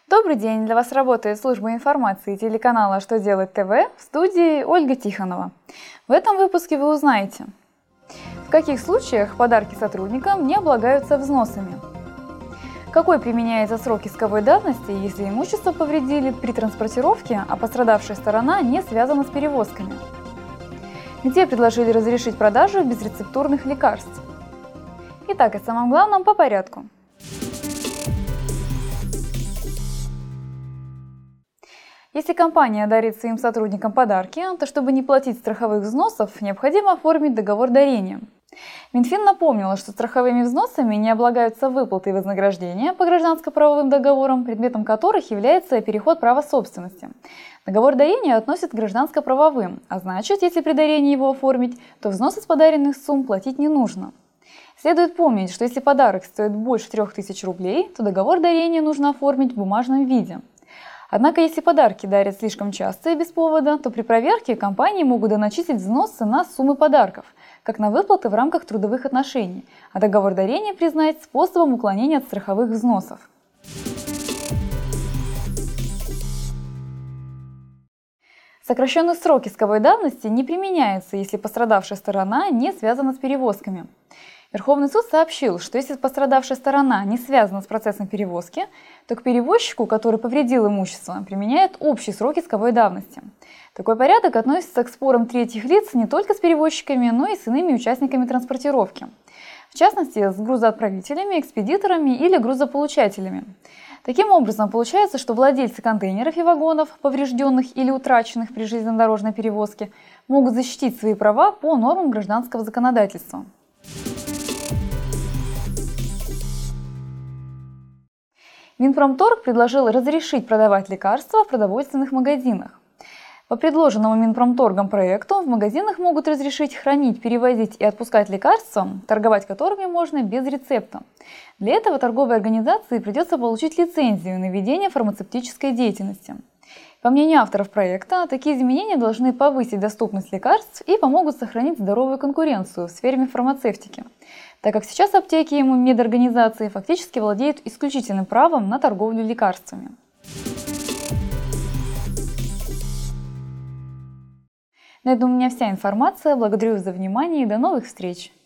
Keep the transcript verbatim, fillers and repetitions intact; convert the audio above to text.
Добрый день! Для вас работает служба информации телеканала «Что делать ТВ», в студии Ольга Тихонова. В этом выпуске вы узнаете, в каких случаях подарки сотрудникам не облагаются взносами, какой применяется срок исковой давности, если имущество повредили при транспортировке, а пострадавшая сторона не связана с перевозками, где предложили разрешить продажу безрецептурных лекарств. Итак, о самом главном по порядку. Если компания дарит своим сотрудникам подарки, то чтобы не платить страховых взносов, необходимо оформить договор дарения. Минфин напомнила, что страховыми взносами не облагаются выплаты и вознаграждения по гражданско-правовым договорам, предметом которых является переход права собственности. Договор дарения относят к гражданско-правовым, а значит, если при дарении его оформить, то взносы с подаренных сумм платить не нужно. Следует помнить, что если подарок стоит больше трёх тысяч рублей, то договор дарения нужно оформить в бумажном виде. Однако, если подарки дарят слишком часто и без повода, то при проверке компании могут доначислить взносы на суммы подарков, как на выплаты в рамках трудовых отношений, а договор дарения признать способом уклонения от страховых взносов. Сокращенный срок исковой давности не применяется, если пострадавшая сторона не связана с перевозками. Верховный суд сообщил, что если пострадавшая сторона не связана с процессом перевозки, то к перевозчику, который повредил имущество, применяют общий срок исковой давности. Такой порядок относится к спорам третьих лиц не только с перевозчиками, но и с иными участниками транспортировки. В частности, с грузоотправителями, экспедиторами или грузополучателями. Таким образом, получается, что владельцы контейнеров и вагонов, поврежденных или утраченных при железнодорожной перевозке, могут защитить свои права по нормам гражданского законодательства. Минпромторг предложил разрешить продавать лекарства в продовольственных магазинах. По предложенному Минпромторгом проекту в магазинах могут разрешить хранить, перевозить и отпускать лекарства, торговать которыми можно без рецепта. Для этого торговой организации придется получить лицензию на ведение фармацевтической деятельности. По мнению авторов проекта, такие изменения должны повысить доступность лекарств и помогут сохранить здоровую конкуренцию в сфере фармацевтики, так как сейчас аптеки и медорганизации фактически владеют исключительным правом на торговлю лекарствами. На этом у меня вся информация. Благодарю за внимание и до новых встреч!